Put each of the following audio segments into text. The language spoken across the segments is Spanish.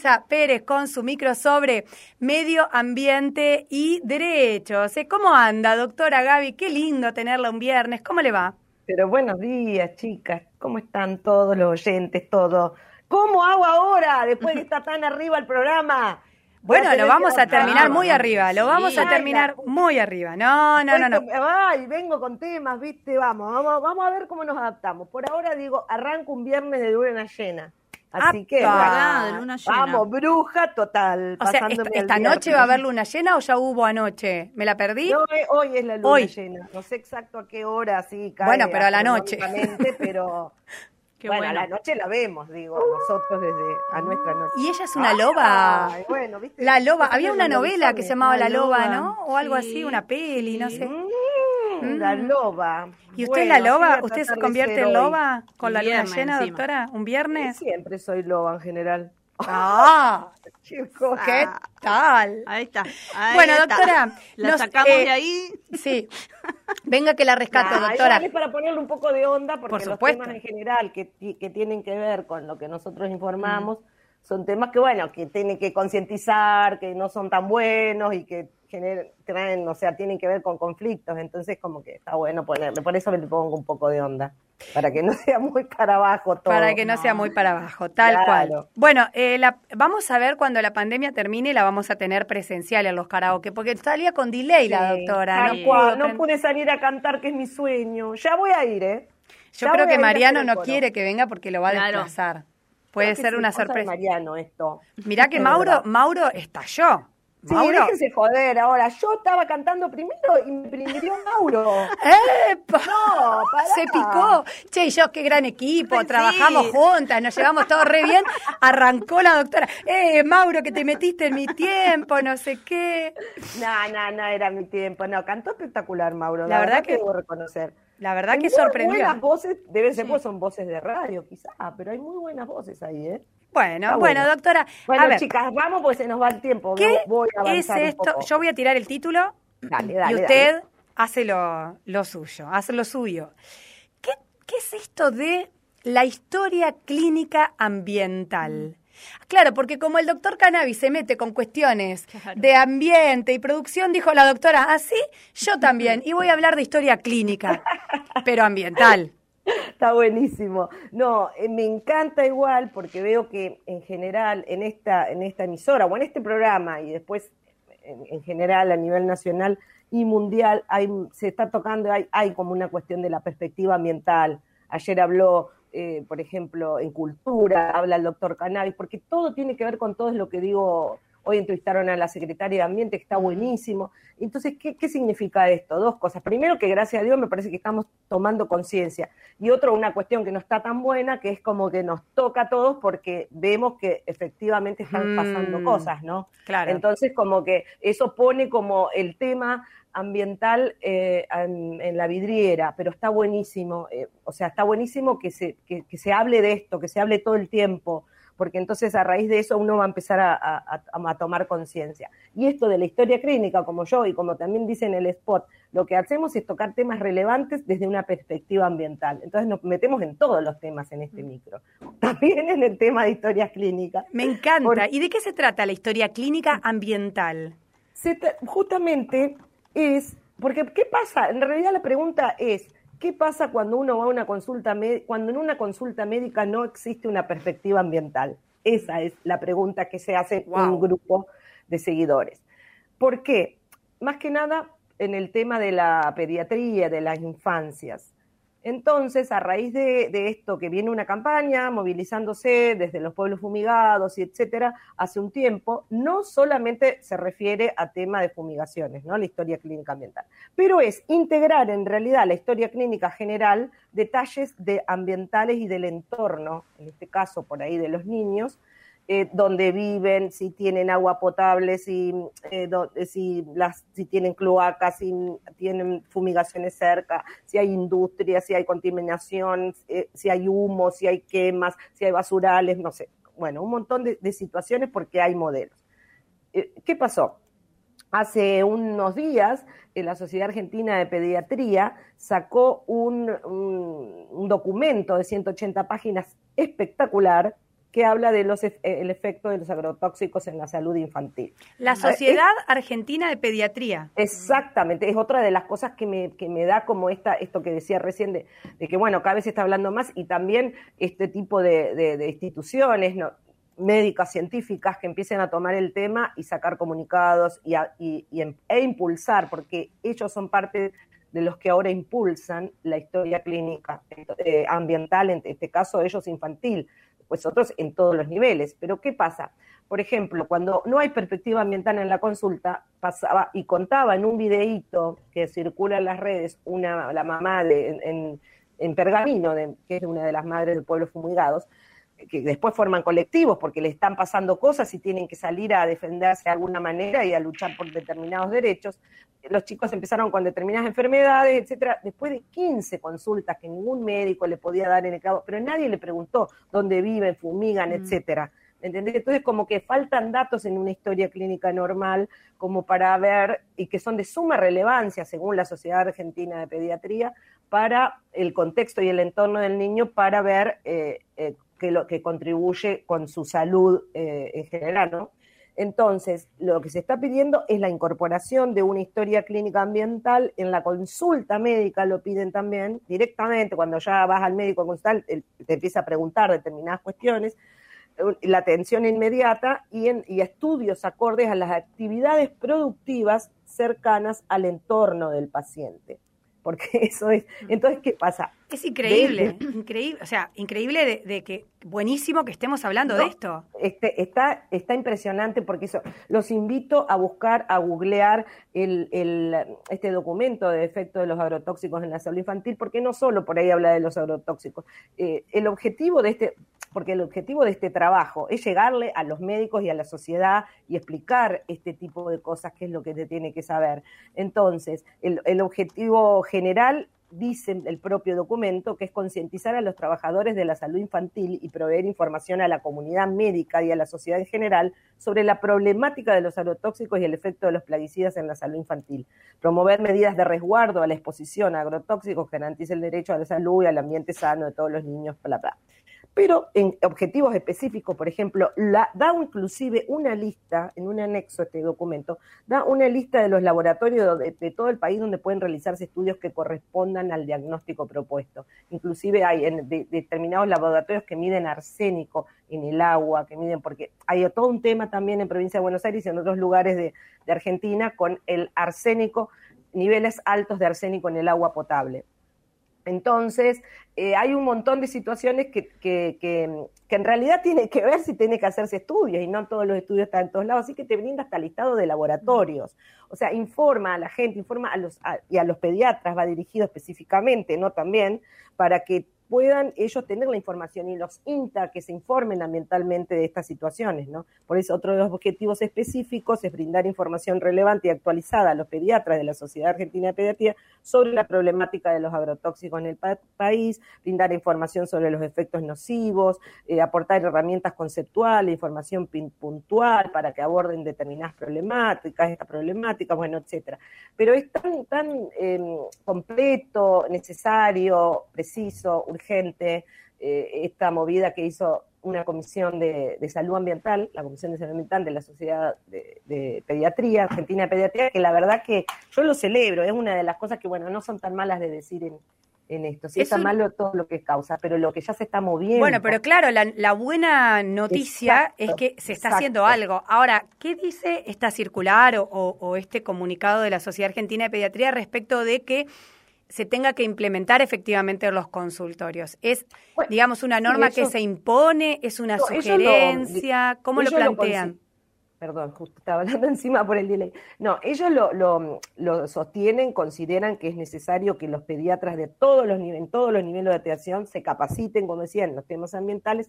Natalia Pérez con su micro sobre medio ambiente y derechos. ¿Cómo anda, doctora Gaby? Qué lindo tenerla un viernes. ¿Cómo le va? Pero buenos días, chicas. ¿Cómo están todos los oyentes, todo? ¿Cómo hago ahora, después de que está tan arriba el programa? Bueno, lo vamos a terminar muy arriba, Sí. lo vamos a terminar muy arriba. No. Ay, vengo con temas, ¿viste? Vamos a ver cómo nos adaptamos. Por ahora digo, arranco un viernes de luna llena. Así que, de luna llena. Vamos, bruja total. O sea, ¿esta noche va a haber luna llena o ya hubo anoche? ¿Me la perdí? No, hoy es la luna llena. No sé exacto a qué hora, sí, cae. Bueno, pero a la noche. Pero... Bueno, a la noche la vemos, digo, nosotros a nuestra noche. Y ella es una loba. Ay, bueno, ¿viste? La loba. Había una novela que se llamaba La Loba, ¿no? O algo así, una peli, no sé. La loba. ¿Y usted es la loba? ¿Usted se convierte en loba con la luna llena, doctora? ¿Un viernes? Siempre soy loba en general. ¡Ah! Chicos, ¿qué tal? Ahí está. Bueno, doctora, la sacamos de ahí. Sí. Venga que la rescato, doctora. Es para ponerle un poco de onda, porque Por los supuesto. temas en general que tienen que ver con lo que nosotros informamos son temas que, bueno, que tienen que concientizar, que no son tan buenos y que traen, o sea, tienen que ver con conflictos. Entonces, como que está bueno ponerle. Por eso le pongo un poco de onda. Para que no sea muy para abajo todo. Para que no sea muy para abajo, tal cual. Bueno, vamos a ver cuando la pandemia termine, la vamos a tener presencial en los karaoke, porque salía con delay la doctora. No pude salir a cantar, que es mi sueño. Ya voy a ir, ¿eh? Yo creo que Mariano no quiere que venga porque lo va a desplazar. Puede ser una sorpresa. Mariano esto. Mirá que Mauro estalló. Sí, Mauro. déjense joder ahora. Yo estaba cantando primero y me prendió Mauro. ¡Epa! No, pará. Se picó. Che, y yo, qué gran equipo, trabajamos juntas, nos llevamos todo re bien. Arrancó la doctora. Mauro, que te metiste en mi tiempo, no sé qué. No era mi tiempo. No, cantó espectacular, Mauro. La verdad que debo reconocer. La verdad que sorprendió. Buenas voces, deben ser, pues son voces de radio, quizá, pero hay muy buenas voces ahí, ¿eh? Bueno, doctora. Bueno, a ver, chicas, vamos porque se nos va el tiempo. ¿Qué voy a avanzar es esto? un poco. Yo voy a tirar el título y usted hace lo suyo, hace lo suyo. ¿Qué es esto de la historia clínica ambiental? Claro, porque como el doctor Cannabis se mete con cuestiones de ambiente y producción, dijo la doctora, así yo también, y voy a hablar de historia clínica, pero ambiental. Está buenísimo. No, me encanta igual porque veo que en general en esta emisora o en este programa y después en general a nivel nacional y mundial se está tocando, hay como una cuestión de la perspectiva ambiental. Ayer habló, por ejemplo, en Cultura, habla el doctor Cannabis, porque todo tiene que ver con todo lo que digo. Hoy entrevistaron a la secretaria de Ambiente, que está buenísimo. Entonces, ¿qué significa esto? Dos cosas. Primero, que gracias a Dios me parece que estamos tomando conciencia. Y otro, una cuestión que no está tan buena, que es como que nos toca a todos porque vemos que efectivamente están pasando cosas, ¿no? Claro. Entonces, como que eso pone como el tema ambiental en la vidriera, pero está buenísimo. O sea, está buenísimo que se hable de esto, que se hable todo el tiempo, porque entonces a raíz de eso uno va a empezar a tomar conciencia. Y esto de la historia clínica, como yo y como también dice en el spot, lo que hacemos es tocar temas relevantes desde una perspectiva ambiental. Entonces nos metemos en todos los temas en este micro, también en el tema de historias clínicas. Me encanta. ¿Y de qué se trata la historia clínica ambiental? Justamente porque ¿qué pasa? En realidad la pregunta es, ¿qué pasa cuando uno va a una consulta cuando en una consulta médica no existe una perspectiva ambiental? Esa es la pregunta que se hace un grupo de seguidores. ¿Por qué? Más que nada en el tema de la pediatría, de las infancias. Entonces, a raíz de esto que viene una campaña movilizándose desde los pueblos fumigados y etcétera, hace un tiempo, no solamente se refiere a tema de fumigaciones, ¿no? La historia clínica ambiental, pero es integrar en realidad la historia clínica general detalles ambientales y del entorno, en este caso por ahí de los niños, donde viven, si tienen agua potable, si tienen cloacas, si tienen fumigaciones cerca, si hay industria, si hay contaminación, si hay humo, si hay quemas, si hay basurales, no sé. Bueno, un montón de situaciones porque hay modelos. ¿Qué pasó? Hace unos días, la Sociedad Argentina de Pediatría sacó un documento de 180 páginas espectacular, que habla de el efecto de los agrotóxicos en la salud infantil. La Sociedad Argentina de Pediatría. Exactamente, es otra de las cosas que me da como esto que decía recién de que, bueno, cada vez se está hablando más, y también este tipo de instituciones médicas, científicas, que empiecen a tomar el tema y sacar comunicados e impulsar, porque ellos son parte de los que ahora impulsan la historia clínica ambiental, en este caso ellos infantil, pues otros en todos los niveles. Pero ¿qué pasa? Por ejemplo, cuando no hay perspectiva ambiental en la consulta, pasaba y contaba en un videíto que circula en las redes la mamá en Pergamino, que es una de las madres de pueblos fumigados, que después forman colectivos porque le están pasando cosas y tienen que salir a defenderse de alguna manera y a luchar por determinados derechos. Los chicos empezaron con determinadas enfermedades, etcétera, después de 15 consultas que ningún médico le podía dar en el cabo, pero nadie le preguntó dónde viven, fumigan, etcétera. ¿Entendés? Entonces, como que faltan datos en una historia clínica normal como para ver, y que son de suma relevancia según la Sociedad Argentina de Pediatría, para el contexto y el entorno del niño, para ver que contribuye con su salud en general, ¿no? Entonces, lo que se está pidiendo es la incorporación de una historia clínica ambiental en la consulta médica, lo piden también directamente, cuando ya vas al médico a consultar, te empieza a preguntar determinadas cuestiones, la atención inmediata y estudios acordes a las actividades productivas cercanas al entorno del paciente. Porque eso es. Entonces, ¿qué pasa? Es increíble, increíble, o sea, increíble de que, buenísimo que estemos hablando de esto. Está impresionante, porque eso, los invito a buscar, a googlear este documento de efecto de los agrotóxicos en la salud infantil, porque no solo por ahí habla de los agrotóxicos. El objetivo de este trabajo es llegarle a los médicos y a la sociedad y explicar este tipo de cosas, que es lo que se tiene que saber. Entonces, el objetivo general, dice el propio documento, que es concientizar a los trabajadores de la salud infantil y proveer información a la comunidad médica y a la sociedad en general sobre la problemática de los agrotóxicos y el efecto de los plaguicidas en la salud infantil. Promover medidas de resguardo a la exposición a agrotóxicos que garanticen el derecho a la salud y al ambiente sano de todos los niños, bla, bla. Pero en objetivos específicos, por ejemplo, da inclusive una lista, en un anexo a este documento, da una lista de los laboratorios de todo el país donde pueden realizarse estudios que correspondan al diagnóstico propuesto. Inclusive hay determinados laboratorios que miden arsénico en el agua, que miden, porque hay todo un tema también en Provincia de Buenos Aires y en otros lugares de Argentina con el arsénico, niveles altos de arsénico en el agua potable. Entonces, hay un montón de situaciones que en realidad tiene que ver si tiene que hacerse estudios, y no todos los estudios están en todos lados, así que te brinda hasta listado de laboratorios. O sea, informa a la gente, informa y a los pediatras, va dirigido específicamente, ¿no? También, para que puedan ellos tener la información, y los INTA que se informen ambientalmente de estas situaciones, ¿no? Por eso otro de los objetivos específicos es brindar información relevante y actualizada a los pediatras de la Sociedad Argentina de Pediatría sobre la problemática de los agrotóxicos en el país, brindar información sobre los efectos nocivos, aportar herramientas conceptuales, información puntual para que aborden determinadas problemáticas, bueno, etcétera. Pero es tan completo, necesario, preciso, urgente, esta movida que hizo una comisión de salud ambiental, la Comisión de Salud Ambiental de la Sociedad de Pediatría, Argentina de Pediatría, que la verdad que yo lo celebro, es una de las cosas que, bueno, no son tan malas de decir en esto. Sí, está malo todo lo que causa, pero lo que ya se está moviendo. Bueno, pero claro, la buena noticia es que se está haciendo algo. Ahora, ¿qué dice esta circular o este comunicado de la Sociedad Argentina de Pediatría respecto de que se tenga que implementar efectivamente los consultorios? ¿Es, digamos, una norma que se impone? ¿Es una sugerencia? ¿Cómo lo plantean? Perdón, justo estaba hablando encima por el delay. No, ellos lo sostienen, consideran que es necesario que los pediatras de todos los niveles de atención se capaciten, como decían, en los temas ambientales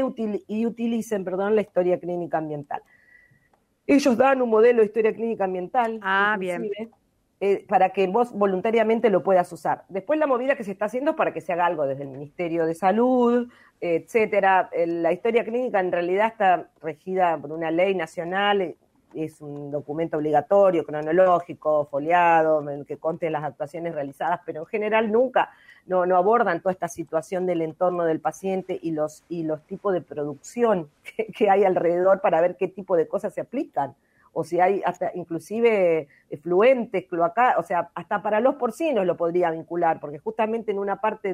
y utilicen, la historia clínica ambiental. Ellos dan un modelo de historia clínica ambiental. Bien. Para que vos voluntariamente lo puedas usar. Después la movida que se está haciendo es para que se haga algo desde el Ministerio de Salud, etcétera. La historia clínica en realidad está regida por una ley nacional es un documento obligatorio, cronológico, foliado, en el que conste las actuaciones realizadas, pero en general nunca no abordan toda esta situación del entorno del paciente y los tipos de producción que hay alrededor para ver qué tipo de cosas se aplican. O si hay hasta inclusive efluentes, cloacales, o sea, hasta para los porcinos lo podría vincular, porque justamente en una parte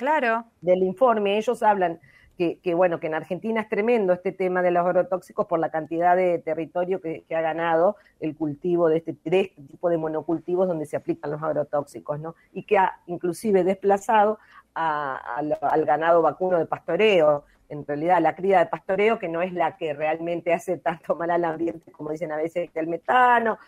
del informe ellos hablan que en Argentina es tremendo este tema de los agrotóxicos por la cantidad de territorio que ha ganado el cultivo de este tipo de monocultivos donde se aplican los agrotóxicos, ¿no? Y que ha inclusive desplazado al ganado vacuno de pastoreo. En realidad la cría de pastoreo, que no es la que realmente hace tanto mal al ambiente, como dicen a veces, que el metano,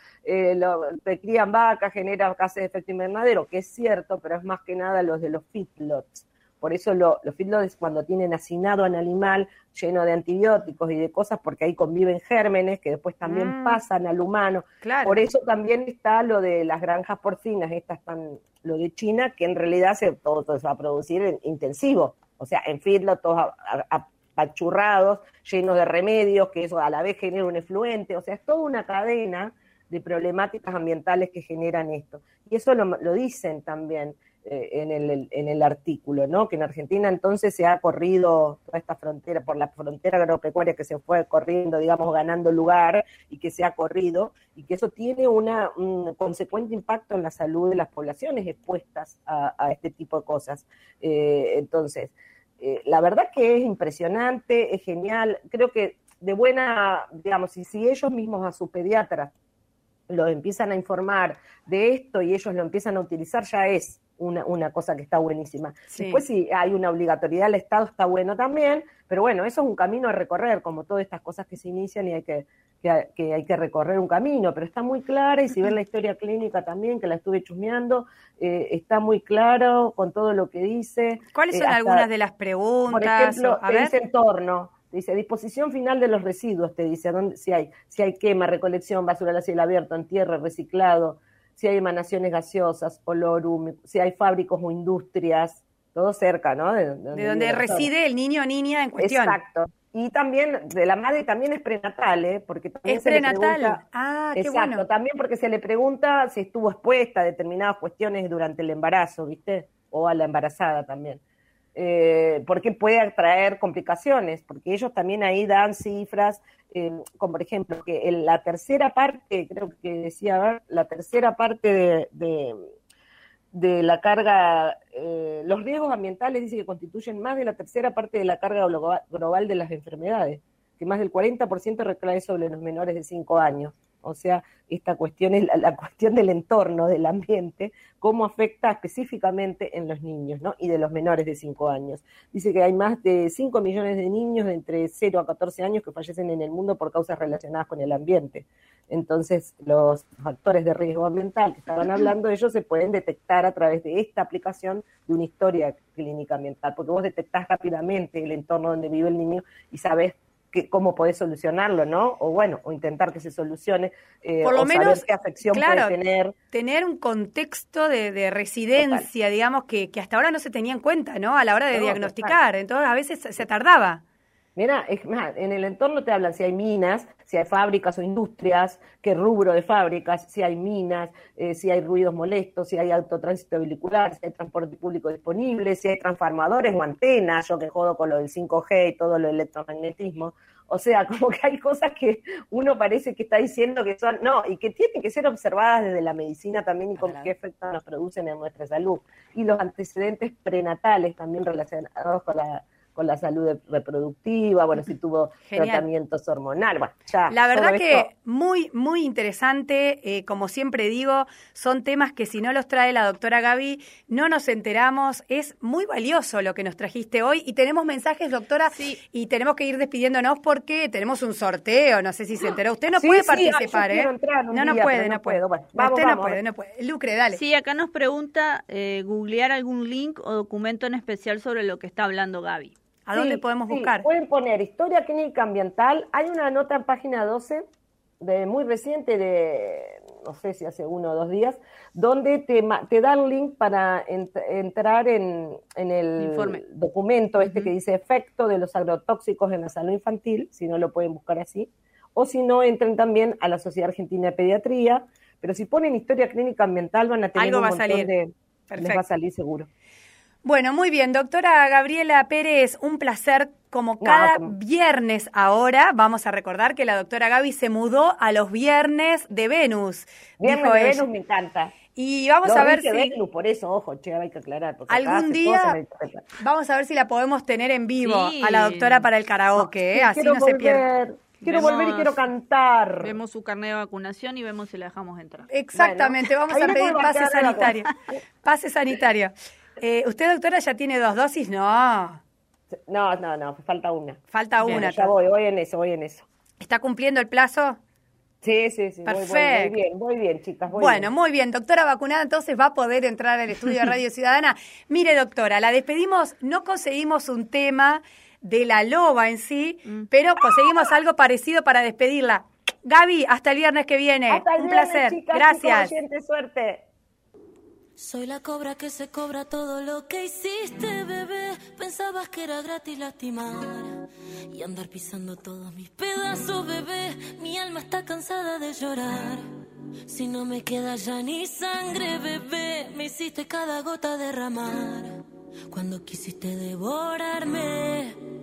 te crían vacas, genera gases de efecto invernadero, que es cierto, pero es más que nada los de los feedlots. Por eso los feedlots, cuando tienen hacinado al animal lleno de antibióticos y de cosas, porque ahí conviven gérmenes que después también pasan al humano. Claro. Por eso también está lo de las granjas porcinas, lo de China, que en realidad todo se va a producir en intensivo. O sea, en feedlot todos apachurrados, llenos de remedios, que eso a la vez genera un efluente. O sea, es toda una cadena de problemáticas ambientales que generan esto. Y eso lo dicen también en el artículo, ¿no? Que en Argentina entonces se ha corrido toda esta frontera, por la frontera agropecuaria que se fue corriendo, digamos, ganando lugar, y que se ha corrido, y que eso tiene un consecuente impacto en la salud de las poblaciones expuestas a este tipo de cosas. Entonces, la verdad que es impresionante, es genial. Creo que de buena, digamos, si ellos mismos a sus pediatras lo empiezan a informar de esto y ellos lo empiezan a utilizar, ya es una cosa que está buenísima. Sí. Después, si hay una obligatoriedad del Estado, está bueno también, pero bueno, eso es un camino a recorrer, como todas estas cosas que se inician, y hay que recorrer un camino, pero está muy clara, y si ven la historia clínica también, que la estuve chusmeando, está muy claro con todo lo que dice. ¿Cuáles son algunas de las preguntas? Por ejemplo, dice entorno. Dice, disposición final de los residuos, te dice, si hay quema, recolección, basura al cielo abierto, entierro, reciclado, si hay emanaciones gaseosas, olor húmedo, si hay fábricas o industrias, todo cerca, ¿no? De donde reside el niño o niña en cuestión. Exacto. Y también, de la madre también es prenatal, porque también ¿Es prenatal? Qué exacto, bueno. También porque se le pregunta si estuvo expuesta a determinadas cuestiones durante el embarazo, ¿viste? O a la embarazada también. Porque puede traer complicaciones, porque ellos también ahí dan cifras, como por ejemplo que la tercera parte, creo que decía, la tercera parte de la carga, los riesgos ambientales dice que constituyen más de la tercera parte de la carga global de las enfermedades, que más del 40% recae sobre los menores de 5 años. O sea, esta cuestión es la cuestión del entorno, del ambiente, cómo afecta específicamente en los niños, ¿no? Y de los menores de 5 años. Dice que hay más de 5 millones de niños de entre 0 a 14 años que fallecen en el mundo por causas relacionadas con el ambiente. Entonces, los factores de riesgo ambiental que estaban hablando, ellos se pueden detectar a través de esta aplicación de una historia clínica ambiental, porque vos detectás rápidamente el entorno donde vive el niño y sabés cómo podés solucionarlo, ¿no? O intentar que se solucione, por lo menos saber qué afección puede tener un contexto de residencia, total, digamos, que hasta ahora no se tenía en cuenta, ¿no? A la hora de diagnosticar, total. Entonces a veces se tardaba. Mira, en el entorno te hablan si hay minas, si hay fábricas o industrias, qué rubro de fábricas, si hay minas, si hay ruidos molestos, si hay autotránsito vehicular, si hay transporte público disponible, si hay transformadores o antenas, yo que jodo con lo del 5G y todo lo del electromagnetismo. O sea, como que hay cosas que uno parece que está diciendo que son, no, y que tienen que ser observadas desde la medicina también, y con qué efectos nos producen en nuestra salud. Y los antecedentes prenatales también relacionados con la salud reproductiva, bueno, si tuvo tratamientos hormonales, bueno, ya. La verdad que muy, muy interesante, como siempre digo, son temas que si no los trae la doctora Gaby, no nos enteramos, es muy valioso lo que nos trajiste hoy, y tenemos mensajes, doctora, sí, y tenemos que ir despidiéndonos porque tenemos un sorteo, no sé si se enteró, usted no puede participar, No puede. Bueno, no puede. Lucre, dale. Sí, acá nos pregunta googlear algún link o documento en especial sobre lo que está hablando Gaby. ¿A dónde podemos buscar? Pueden poner Historia Clínica Ambiental. Hay una nota en página 12, muy reciente, no sé si hace 1 o 2 días, donde te da el link para entrar en el informe, documento que dice efecto de los agrotóxicos en la salud infantil, si no lo pueden buscar así, o si no, entren también a la Sociedad Argentina de Pediatría, pero si ponen historia clínica ambiental van a tener algo un va a montón salir. de... Perfecto. Les va a salir seguro. Bueno, muy bien, doctora Gabriela Pérez, un placer como cada viernes ahora. Vamos a recordar que la doctora Gaby se mudó a los viernes de Venus. Viernes de Venus me encanta. Y vamos a ver si... Venus, por eso, ojo, che, hay que aclarar. Algún día vamos a ver si la podemos tener en vivo a la doctora para el karaoke, así no se pierde. Quiero volver y quiero cantar. Vemos su carnet de vacunación y vemos si la dejamos entrar. Exactamente, vamos a pedir pase sanitario. Pase sanitario. ¿Usted, doctora, ya tiene 2 dosis? No. No, falta una. Falta una. Ya voy en eso. ¿Está cumpliendo el plazo? Sí. Perfecto. Voy bien, chicas. Muy bien. Doctora vacunada, entonces va a poder entrar al estudio de Radio Ciudadana. Mire, doctora, la despedimos, no conseguimos un tema de la loba en sí, pero conseguimos algo parecido para despedirla. Gaby, hasta el viernes que viene. Hasta el viernes, placer. Chicas, gracias. Chicos, oyentes, suerte. Soy la cobra que se cobra todo lo que hiciste, bebé. Pensabas que era gratis lastimar y andar pisando todos mis pedazos, bebé. Mi alma está cansada de llorar. Si no me queda ya ni sangre, bebé, me hiciste cada gota derramar. Cuando quisiste devorarme,